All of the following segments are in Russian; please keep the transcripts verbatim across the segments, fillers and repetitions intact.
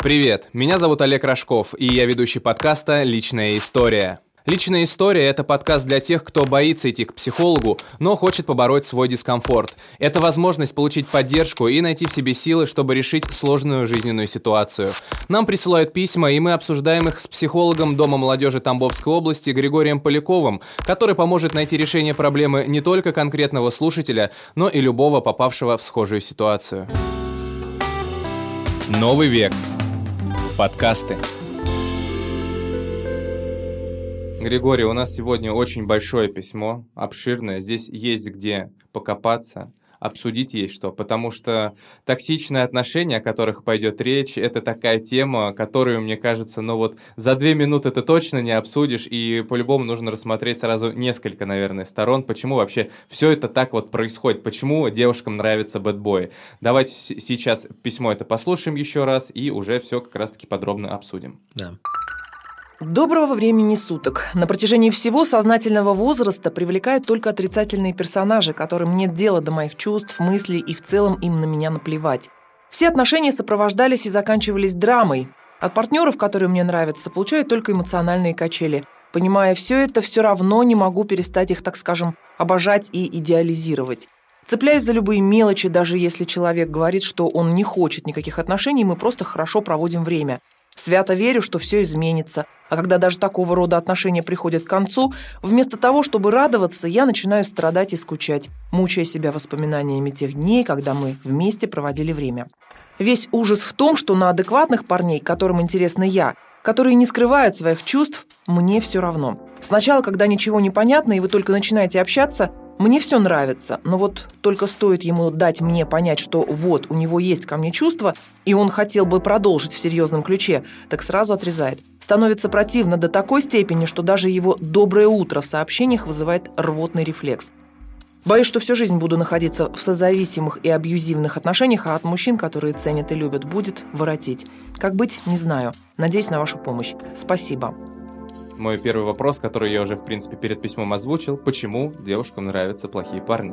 Привет, меня зовут Олег Рожков, и я ведущий подкаста «Личная история». «Личная история» — это подкаст для тех, кто боится идти к психологу, но хочет побороть свой дискомфорт. Это возможность получить поддержку и найти в себе силы, чтобы решить сложную жизненную ситуацию. Нам присылают письма, и мы обсуждаем их с психологом Дома молодежи Тамбовской области Григорием Поляковым, который поможет найти решение проблемы не только конкретного слушателя, но и любого попавшего в схожую ситуацию. Новый век. Подкасты. Григорий, у нас сегодня очень большое письмо, обширное. Здесь есть где покопаться, обсудить есть что, потому что токсичные отношения, о которых пойдет речь, это такая тема, которую, мне кажется, ну вот за две минуты ты точно не обсудишь, и по-любому нужно рассмотреть сразу несколько, наверное, сторон, почему вообще все это так вот происходит, почему девушкам нравятся бэдбои. Давайте сейчас письмо это послушаем еще раз и уже все как раз-таки подробно обсудим. Да. Доброго времени суток. На протяжении всего сознательного возраста привлекают только отрицательные персонажи, которым нет дела до моих чувств, мыслей и в целом им на меня наплевать. Все отношения сопровождались и заканчивались драмой. От партнеров, которые мне нравятся, получаю только эмоциональные качели. Понимая все это, все равно не могу перестать их, так скажем, обожать и идеализировать. Цепляюсь за любые мелочи, даже если человек говорит, что он не хочет никаких отношений, мы просто хорошо проводим время. Свято верю, что все изменится. А когда даже такого рода отношения приходят к концу, вместо того, чтобы радоваться, я начинаю страдать и скучать, мучая себя воспоминаниями тех дней, когда мы вместе проводили время. Весь ужас в том, что на адекватных парней, которым интересна я, которые не скрывают своих чувств, мне все равно. Сначала, когда ничего не понятно, и вы только начинаете общаться, мне все нравится, но вот только стоит ему дать мне понять, что вот, у него есть ко мне чувства, и он хотел бы продолжить в серьезном ключе, так сразу отрезает. Становится противно до такой степени, что даже его «доброе утро» в сообщениях вызывает рвотный рефлекс. Боюсь, что всю жизнь буду находиться в созависимых и абьюзивных отношениях, а от мужчин, которые ценят и любят, будет воротить. Как быть, не знаю. Надеюсь на вашу помощь. Спасибо. Мой первый вопрос, который я уже, в принципе, перед письмом озвучил: почему девушкам нравятся плохие парни?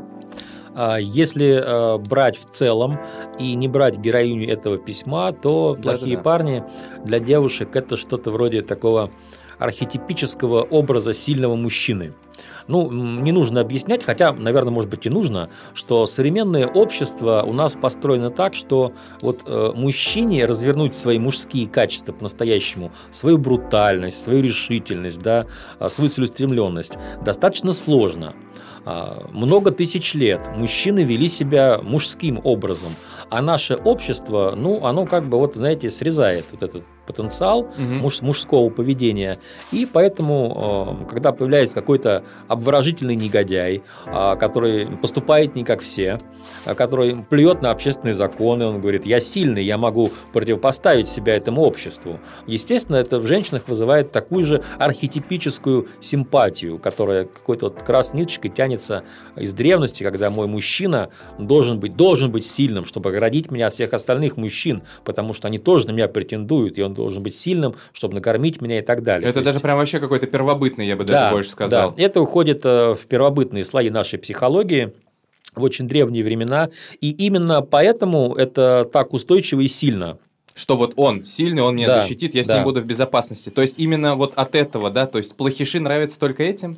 Если э, брать в целом и не брать героиню этого письма, то Да, плохие да, да. парни для девушек – это что-то вроде такого архетипического образа сильного мужчины. Ну, не нужно объяснять, хотя, наверное, может быть и нужно, что современное общество у нас построено так, что вот э, мужчине развернуть свои мужские качества по-настоящему, свою брутальность, свою решительность, да, свою целеустремленность достаточно сложно. Много тысяч лет мужчины вели себя мужским образом, а наше общество, ну, оно как бы, вот, знаете, срезает вот этот потенциал угу. муж, мужского поведения, и поэтому, когда появляется какой-то обворожительный негодяй, который поступает не как все, который плюет на общественные законы, он говорит: я сильный, я могу противопоставить себя этому обществу. Естественно, это в женщинах вызывает такую же архетипическую симпатию, которая какой-то вот красной ниточкой тянется из древности, когда мой мужчина должен быть, должен быть сильным, чтобы оградить меня от всех остальных мужчин, потому что они тоже на меня претендуют, и он должен быть сильным, чтобы накормить меня и так далее. Это То даже есть... прям вообще какой-то первобытный, я бы да, даже больше сказал. Да. Это уходит в первобытные слои нашей психологии в очень древние времена, и именно поэтому это так устойчиво и сильно. Что вот он сильный, он меня да, защитит, я с да. ним буду в безопасности. То есть именно вот от этого, да, то есть плохиши нравятся только этим?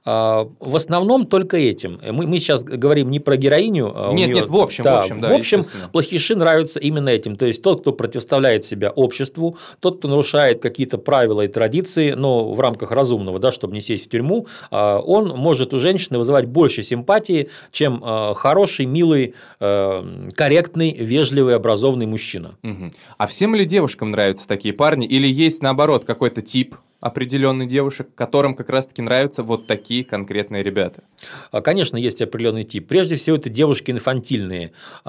В основном только этим. Мы, мы сейчас говорим не про героиню. Нет, нее... нет, в общем, да, в общем, да, в общем, плохиши нравятся именно этим. То есть тот, кто противоставляет себя обществу, тот, кто нарушает какие-то правила и традиции, но в рамках разумного, да, чтобы не сесть в тюрьму, он может у женщины вызывать больше симпатии, чем хороший, милый, корректный, вежливый, образованный мужчина. Угу. А всем ли девушкам нравятся такие парни? Или есть, наоборот, какой-то тип определенных девушек, которым как раз-таки нравятся вот такие конкретные ребята? Конечно, есть определенный тип. Прежде всего, это девушки инфантильные,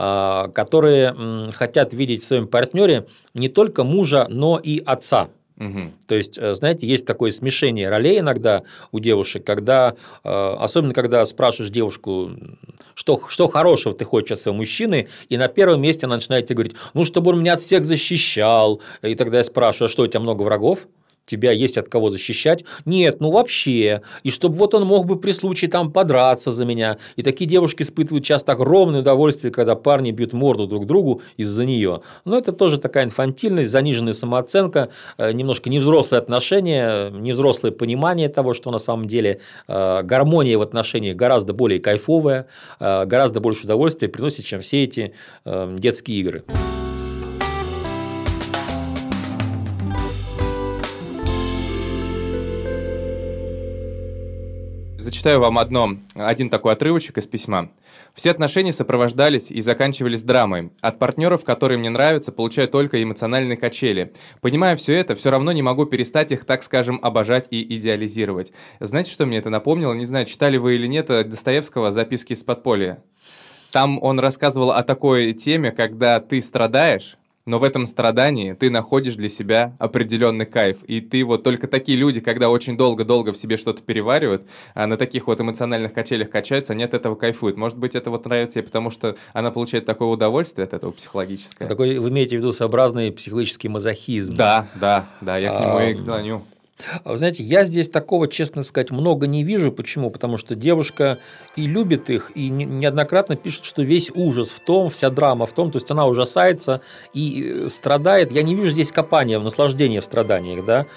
которые хотят видеть в своем партнере не только мужа, но и отца. Угу. То есть, знаете, есть такое смешение ролей иногда у девушек, когда, особенно когда спрашиваешь девушку, что, что хорошего ты хочешь от своего мужчины, и на первом месте она начинает тебе говорить: ну, чтобы он меня от всех защищал. И тогда я спрашиваю: а что, у тебя много врагов? тебя есть от кого защищать. Нет, ну вообще. И чтобы вот он мог бы при случае там подраться за меня. И такие девушки испытывают часто огромное удовольствие, когда парни бьют морду друг другу из-за нее. Но это тоже такая инфантильность, заниженная самооценка, немножко невзрослые отношения, невзрослое понимание того, что на самом деле гармония в отношениях гораздо более кайфовая, гораздо больше удовольствия приносит, чем все эти детские игры. Зачитаю вам одно, один такой отрывочек из письма. «Все отношения сопровождались и заканчивались драмой. От партнеров, которые мне нравятся, получаю только эмоциональные качели. Понимая все это, все равно не могу перестать их, так скажем, обожать и идеализировать». Знаете, что мне это напомнило? Не знаю, читали вы или нет Достоевского «Записки из подполья». Там он рассказывал о такой теме, когда ты страдаешь, но в этом страдании ты находишь для себя определенный кайф. И ты вот только такие люди, когда очень долго-долго в себе что-то переваривают, а на таких вот эмоциональных качелях качаются, они от этого кайфуют. Может быть, это вот нравится ей, потому что она получает такое удовольствие от этого психологическое. Такой, вы имеете в виду своеобразный психологический мазохизм? Да, да, да, я к нему а... и клоню. Вы знаете, я здесь такого, честно сказать, много не вижу. Почему? Потому что девушка и любит их, и неоднократно пишет, что весь ужас в том, вся драма в том, то есть она ужасается и страдает. Я не вижу здесь копания, наслаждения в страданиях. Да?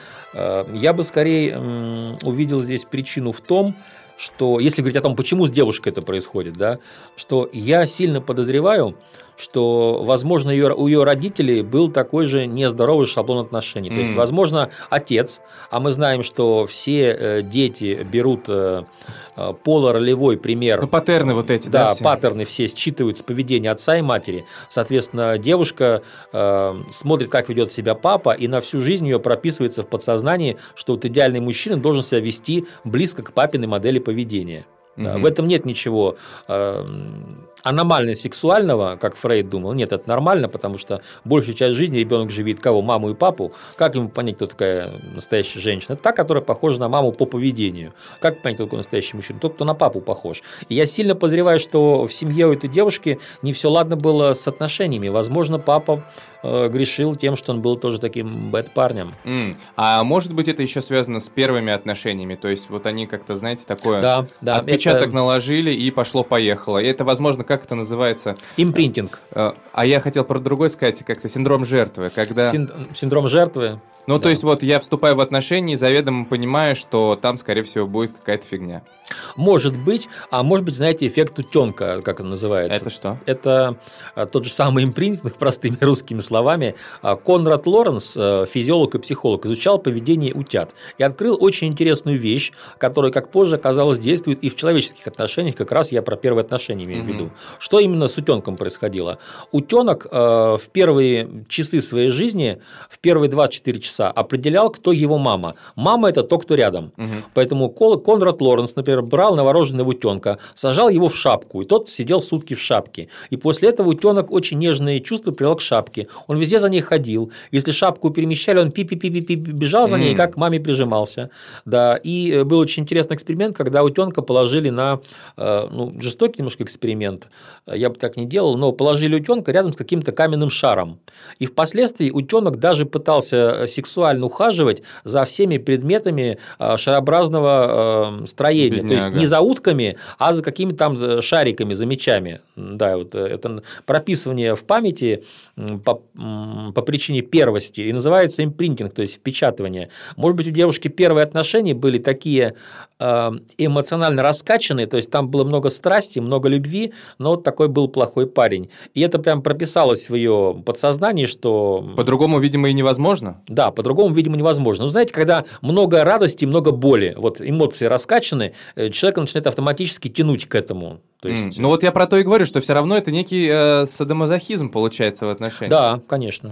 Я бы скорее увидел здесь причину в том, что, если говорить о том, почему с девушкой это происходит, да, что я сильно подозреваю, что, возможно, ее, у ее родителей был такой же нездоровый шаблон отношений. Mm. То есть, возможно, отец, а мы знаем, что все э, дети берут э, э, полуролевой пример. Ну, паттерны вот эти, да? Да, все? паттерны все считывают с поведения отца и матери. Соответственно, девушка э, смотрит, как ведет себя папа, и на всю жизнь ее прописывается в подсознании, что вот идеальный мужчина должен себя вести близко к папиной модели поведения. Да, mm-hmm. В этом нет ничего э, аномально сексуального, как Фрейд думал. Нет, это нормально, потому что большую часть жизни ребенок же видит кого? Маму и папу. Как ему понять, кто такая настоящая женщина? Это та, которая похожа на маму по поведению. Как понять, кто такой настоящий мужчина? Тот, кто на папу похож. И я сильно подозреваю, что в семье у этой девушки не все ладно было с отношениями. Возможно, папа э, грешил тем, что он был тоже таким бэд-парнем. Mm. А может быть, это еще связано с первыми отношениями? То есть, вот они как-то, знаете, такое да, да, отпечаток это... наложили и пошло-поехало. И это, возможно, как это называется? Импринтинг. А я хотел про другой сказать, как-то синдром жертвы. Когда... Син... Синдром жертвы? Ну, да. То есть, вот я вступаю в отношения и заведомо понимаю, что там, скорее всего, будет какая-то фигня. Может быть, а может быть, знаете, эффект утенка, как он называется. Это что? Это тот же самый импринтинг, простыми русскими словами. Конрад Лоренс, физиолог и психолог, изучал поведение утят и открыл очень интересную вещь, которая, как позже оказалось, действует и в человеческих отношениях. Как раз я про первые отношения имею в виду. Mm-hmm. Что именно с утенком происходило? Утенок в первые часы своей жизни, в первые двадцать четыре часа определял, кто его мама. Мама – это тот, кто рядом. Угу. Поэтому Конрад Лоренс, например, брал новорожденного утенка, сажал его в шапку, и тот сидел сутки в шапке. И после этого утенок очень нежные чувства привел к шапке. Он везде за ней ходил. Если шапку перемещали, он пи-пи-пи-пи бежал за ней, mm. как к маме прижимался. Да. И был очень интересный эксперимент, когда утенка положили на, ну, жестокий немножко эксперимент, я бы так не делал, но положили утенка рядом с каким-то каменным шаром. И впоследствии утенок даже пытался сексуально ухаживать за всеми предметами шарообразного строения. Бедняга. То есть не за утками, а за какими-то там шариками, за мячами. Да, вот это прописывание в памяти по, по причине первости и называется импринтинг, то есть впечатывание. Может быть, у девушки первые отношения были такие эмоционально раскачанные, то есть там было много страсти, много любви, но вот такой был плохой парень. И это прям прописалось в ее подсознании, что… По-другому, видимо, и невозможно? Да, по-другому, видимо, невозможно. Но знаете, когда много радости, много боли, вот эмоции раскачаны, человек начинает автоматически тянуть к этому. То есть… mm. Ну вот я про то и говорю, что все равно это некий э, садомазохизм получается в отношениях. Да, конечно.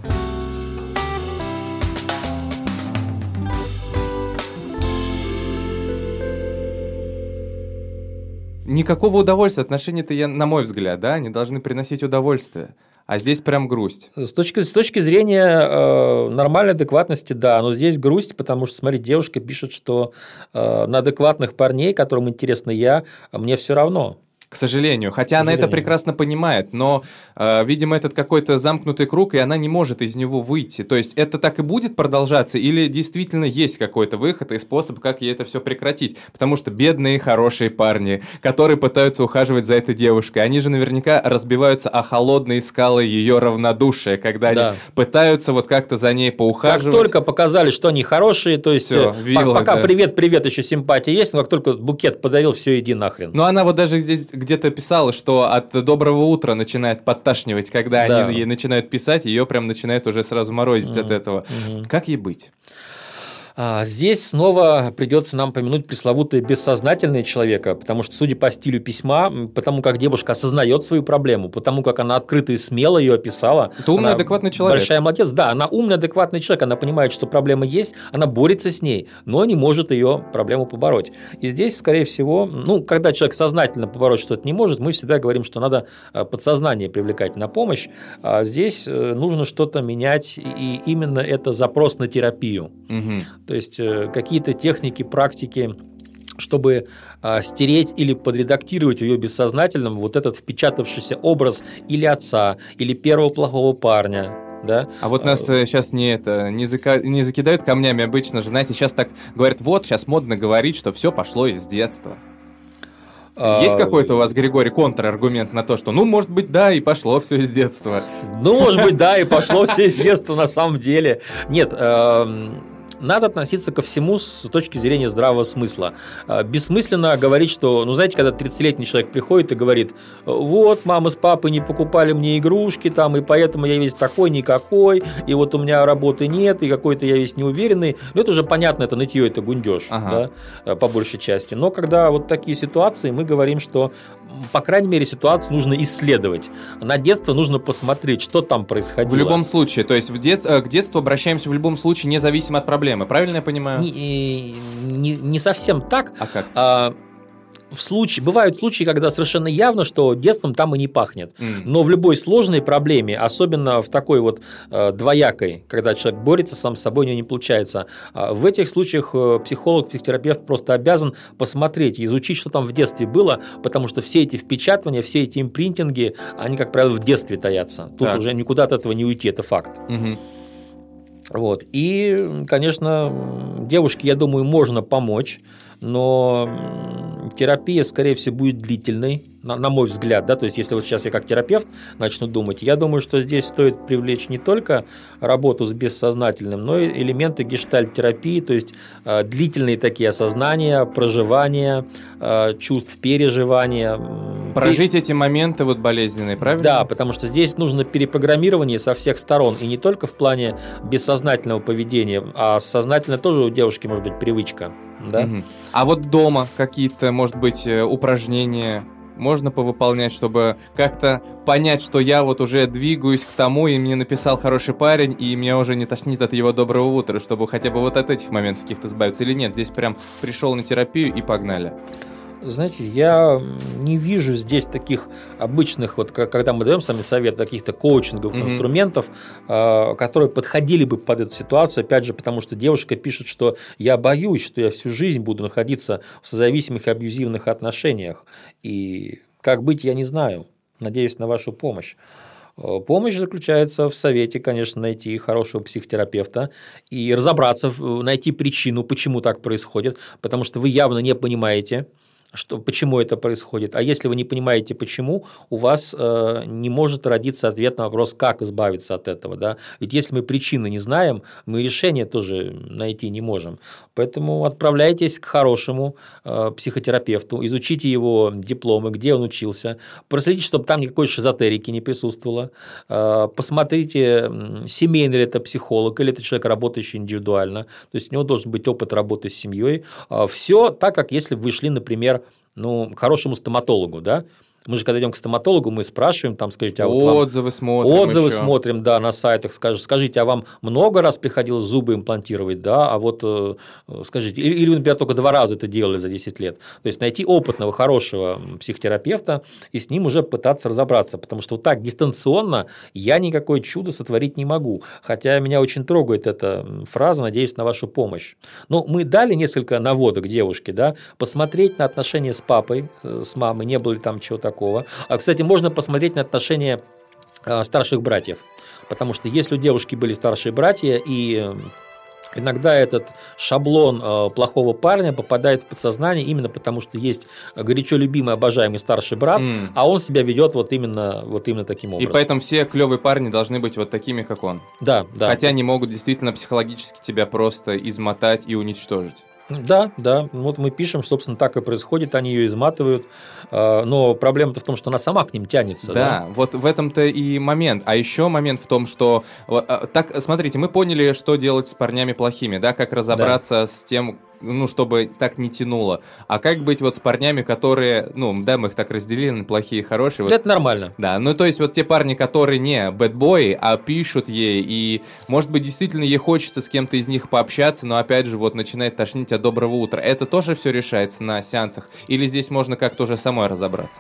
Никакого удовольствия. Отношения-то, я, на мой взгляд, да, они должны приносить удовольствие. А здесь прям грусть. С точки, с точки зрения э, нормальной адекватности, да, но здесь грусть, потому что, смотри, девушка пишет, что э, на адекватных парней, которым интересна я, мне все равно. К сожалению. Хотя она это прекрасно понимает, но, э, видимо, этот какой-то замкнутый круг, и она не может из него выйти. То есть это так и будет продолжаться, или действительно есть какой-то выход и способ, как ей это все прекратить? Потому что бедные хорошие парни, которые пытаются ухаживать за этой девушкой, они же наверняка разбиваются о холодные скалы ее равнодушия, когда да. они пытаются вот как-то за ней поухаживать. Как только показали, что они хорошие, то есть всё, вилла, пока да. привет-привет, еще симпатия есть, но как только букет подарил, все, иди нахрен. Но она вот даже здесь где-то писала, что от доброго утра начинает подташнивать, когда да. они ей начинают писать, ее прям начинает уже сразу морозить mm-hmm. от этого. Mm-hmm. Как ей быть? Здесь снова придется нам помянуть пресловутое бессознательное человека, потому что, судя по стилю письма, потому как девушка осознает свою проблему, потому как она открыто и смело ее описала. Это умный, адекватный человек. Большая молодец. Да, она умный, адекватный человек, она понимает, что проблема есть, она борется с ней, но не может ее проблему побороть. И здесь, скорее всего, ну, когда человек сознательно побороть что-то не может, мы всегда говорим, что надо подсознание привлекать на помощь, а здесь нужно что-то менять, и именно это запрос на терапию. Угу. То есть какие-то техники, практики, чтобы а, стереть или подредактировать в ее бессознательном вот этот впечатавшийся образ или отца, или первого плохого парня. Да? А вот нас а, сейчас не, это, не, зака... не закидают камнями обычно же, знаете, сейчас так говорят, вот сейчас модно говорить, что все пошло из детства. Есть какой-то у вас, Григорий, контраргумент на то, что, ну, может быть, да, и пошло все из детства? Ну, может быть, да, и пошло все из детства на самом деле. Нет, надо относиться ко всему с точки зрения здравого смысла. Бессмысленно говорить, что, ну, знаете, когда тридцатилетний человек приходит и говорит, вот, мама с папой не покупали мне игрушки, там, и поэтому я весь такой никакой, и вот у меня работы нет, и какой-то я весь неуверенный. Ну, это уже понятно, это нытье, это гундеж, ага. да, по большей части. Но когда вот такие ситуации, мы говорим, что, по крайней мере, ситуацию нужно исследовать. На детство нужно посмотреть, что там происходило. В любом случае, то есть в дет... к детству обращаемся в любом случае, независимо от проблемы. Правильно я понимаю? Не, не, не совсем так. А как? А, в случае, бывают случаи, когда совершенно явно, что детством там и не пахнет. Mm. Но в любой сложной проблеме, особенно в такой вот э, двоякой, когда человек борется сам с собой, у него не получается, э, в этих случаях э, психолог, психотерапевт просто обязан посмотреть, изучить, что там в детстве было, потому что все эти впечатывания, все эти импринтинги, они, как правило, в детстве таятся. Тут так. уже никуда от этого не уйти, это факт. Mm-hmm. Вот. И, конечно, девушке, я думаю, можно помочь, но терапия, скорее всего, будет длительной, на, на мой взгляд, да, то есть если вот сейчас я как терапевт начну думать, я думаю, что здесь стоит привлечь не только работу с бессознательным, но и элементы гештальт-терапии, то есть э, длительные такие осознания, проживания э, чувств, переживания. Прожить Пер... эти моменты вот болезненные, правильно? Да, потому что здесь нужно перепрограммирование со всех сторон, и не только в плане бессознательного поведения, а сознательно тоже у девушки может быть привычка. Да? Угу. А вот дома какие-то, может быть, упражнения можно повыполнять, чтобы как-то понять, что я вот уже двигаюсь к тому, и мне написал хороший парень, и меня уже не тошнит от его доброго утра, чтобы хотя бы вот от этих моментов каких-то избавиться, или нет? Здесь прям пришел на терапию и погнали. Знаете, я не вижу здесь таких обычных, вот когда мы даем сами совет, каких-то коучинговых mm-hmm. инструментов, которые подходили бы под эту ситуацию, опять же, потому что девушка пишет, что я боюсь, что я всю жизнь буду находиться в созависимых и абьюзивных отношениях, и как быть, я не знаю, надеюсь на вашу помощь. Помощь заключается в совете, конечно, найти хорошего психотерапевта и разобраться, найти причину, почему так происходит, потому что вы явно не понимаете, что, почему это происходит. А если вы не понимаете, почему, у вас э, не может родиться ответ на вопрос, как избавиться от этого. Да? Ведь если мы причины не знаем, мы решение тоже найти не можем. Поэтому отправляйтесь к хорошему э, психотерапевту, изучите его дипломы, где он учился, проследите, чтобы там никакой шизотерики не присутствовало, э, посмотрите, семейный ли это психолог, или это человек, работающий индивидуально, то есть у него должен быть опыт работы с семьей. Э, все так, как если бы вы шли, например, ну, к хорошему стоматологу, да? Мы же, когда идем к стоматологу, мы спрашиваем, там, скажите, а вот отзывы вам... смотрим Отзывы еще. смотрим, да, на сайтах. Скажите, а вам много раз приходилось зубы имплантировать, да, а вот скажите, или, или вы, например, только два раза это делали за десять лет. То есть найти опытного, хорошего психотерапевта и с ним уже пытаться разобраться, потому что вот так дистанционно я никакое чудо сотворить не могу. Хотя меня очень трогает эта фраза, надеюсь на вашу помощь. Но мы дали несколько наводок девушке, да, посмотреть на отношения с папой, с мамой, не было ли там чего такого. А, кстати, можно посмотреть на отношения старших братьев, потому что если у девушки были старшие братья, и иногда этот шаблон э, плохого парня попадает в подсознание именно потому, что есть горячо любимый, обожаемый старший брат, mm. а он себя ведет вот именно, вот именно таким образом. И поэтому все клевые парни должны быть вот такими, как он. Да, да. Хотя они могут действительно психологически тебя просто измотать и уничтожить. Да, да, вот мы пишем, собственно, так и происходит, они ее изматывают, но проблема-то в том, что она сама к ним тянется. Да, да? Вот в этом-то и момент. А еще момент в том, что, так, смотрите, мы поняли, что делать с парнями плохими, да, как разобраться да. с тем, ну, чтобы так не тянуло. А как быть вот с парнями, которые, ну, да, мы их так разделили на плохие и хорошие. Вот, это нормально. Да, ну, то есть вот те парни, которые не бэдбои, а пишут ей, и, может быть, действительно ей хочется с кем-то из них пообщаться, но, опять же, вот начинает тошнить от доброго утра. Это тоже все решается на сеансах? Или здесь можно как-то уже самой разобраться?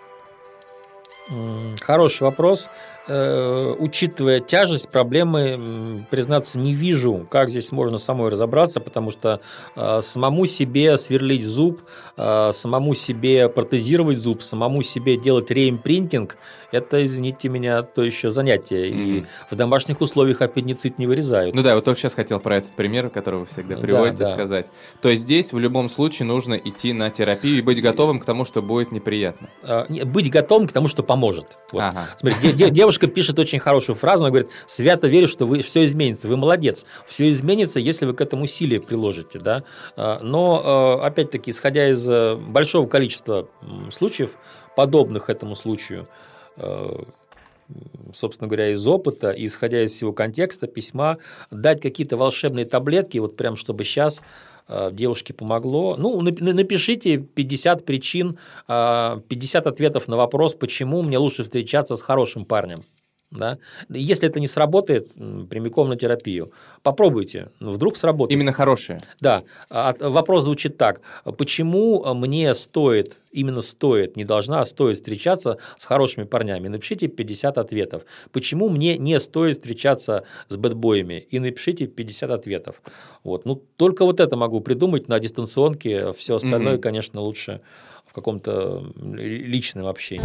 Хороший вопрос. Э, учитывая тяжесть проблемы, признаться, не вижу, как здесь можно самой разобраться, потому что э, самому себе сверлить зуб, э, самому себе протезировать зуб, самому себе делать реимпринтинг, это, извините меня, то еще занятие. Mm-hmm. И в домашних условиях аппендицит не вырезают. Ну да, вот только сейчас хотел про этот пример, который вы всегда приводите, да, да. сказать. То есть здесь в любом случае нужно идти на терапию и быть готовым к тому, что будет неприятно. Э, быть готовым к тому, что поможет. Вот. Ага. Смотри, де- девушка пишет очень хорошую фразу, она говорит: свято верю, что вы, все изменится, вы молодец, все изменится, если вы к этому усилия приложите, да? Но, опять-таки, исходя из большого количества случаев, подобных этому случаю, собственно говоря, из опыта, и исходя из всего контекста письма, дать какие-то волшебные таблетки, вот прям чтобы сейчас девушке помогло. Ну, напишите пятьдесят причин, пятьдесят ответов на вопрос, почему мне лучше встречаться с хорошим парнем. Да? Если это не сработает, прямиком на терапию. Попробуйте, вдруг сработает. Именно хорошие. Да. Вопрос звучит так: почему мне стоит, именно стоит, не должна, а стоит встречаться с хорошими парнями? Напишите пятьдесят ответов. Почему мне не стоит встречаться с бэдбоями? И напишите пятьдесят ответов. Вот. Ну, только вот это могу придумать на дистанционке. Все остальное, mm-hmm. конечно, лучше в каком-то личном общении.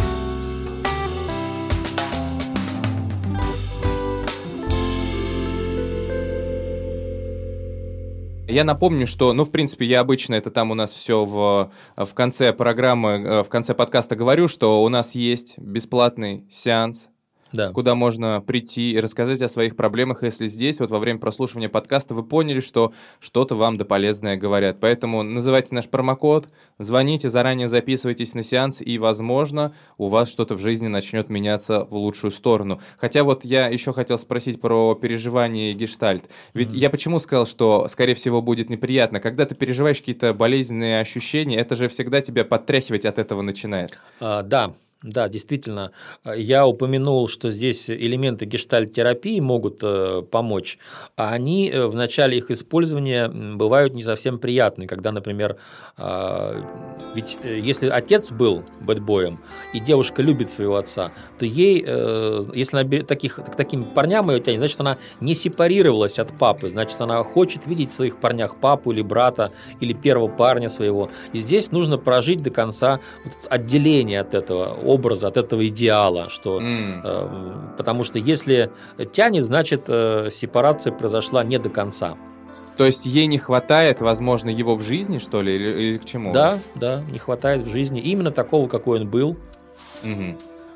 Я напомню, что, ну, в принципе, я обычно это там у нас все в, в конце программы, в конце подкаста говорю, что у нас есть бесплатный сеанс, да. куда можно прийти и рассказать о своих проблемах, если здесь, вот во время прослушивания подкаста, вы поняли, что что-то вам да полезное говорят. Поэтому называйте наш промокод, звоните, заранее записывайтесь на сеанс, и, возможно, у вас что-то в жизни начнет меняться в лучшую сторону. Хотя вот я еще хотел спросить про переживание и гештальт. Ведь mm-hmm. я почему сказал, что, скорее всего, будет неприятно? Когда ты переживаешь какие-то болезненные ощущения, это же всегда тебя подтряхивать от этого начинает. А, да. Да, действительно, я упомянул, что здесь элементы гештальт-терапии могут э, помочь, а они в начале их использования бывают не совсем приятны, когда, например, э, ведь если отец был бэдбоем, и девушка любит своего отца, то ей, э, если она таких, к таким парням ее тянет, значит, она не сепарировалась от папы, значит, она хочет видеть в своих парнях папу или брата, или первого парня своего, и здесь нужно прожить до конца отделение от этого образа, от этого идеала, что, mm. э, потому что если тянет, значит, э, сепарация произошла не до конца. То есть ей не хватает, возможно, его в жизни, что ли, или, или к чему? Да, да, не хватает в жизни именно такого, какой он был. Mm-hmm.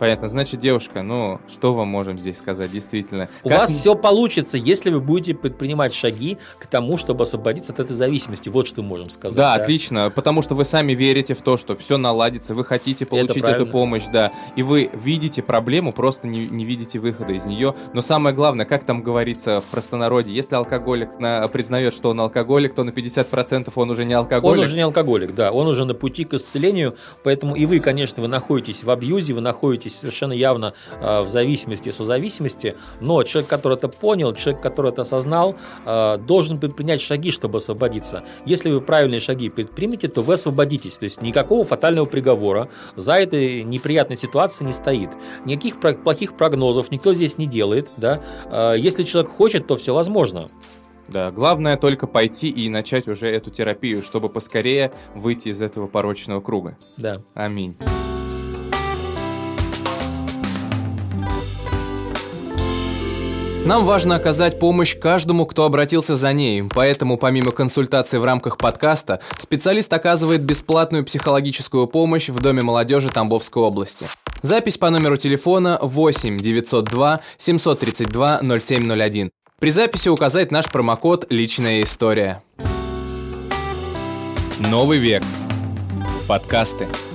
Понятно. Значит, девушка, ну, что вам можем здесь сказать, действительно? У как... вас все получится, если вы будете предпринимать шаги к тому, чтобы освободиться от этой зависимости. Вот что мы можем сказать. Да, да, отлично, потому что вы сами верите в то, что все наладится, вы хотите получить эту помощь, да, и вы видите проблему, просто не, не видите выхода из нее. Но самое главное, как там говорится в простонародье, если алкоголик на, признает, что он алкоголик, то на пятьдесят процентов он уже не алкоголик. Он уже не алкоголик, да, он уже на пути к исцелению, поэтому и вы, конечно, вы находитесь в абьюзе, вы находитесь совершенно явно э, в зависимости и созависимости, но человек, который это понял, человек, который это осознал, э, должен предпринять шаги, чтобы освободиться. Если вы правильные шаги предпримете, то вы освободитесь, то есть никакого фатального приговора за этой неприятной ситуацией не стоит, никаких плохих прогнозов никто здесь не делает, да? э, если человек хочет, то все возможно. Да, главное только пойти и начать уже эту терапию, чтобы поскорее выйти из этого порочного круга. Да. Аминь. Нам важно оказать помощь каждому, кто обратился за ней, поэтому помимо консультаций в рамках подкаста, специалист оказывает бесплатную психологическую помощь в Доме молодежи Тамбовской области. Запись по номеру телефона восемь девятьсот два семьсот тридцать два ноль семь ноль один. При записи указать наш промокод «Личная история». Новый век. Подкасты.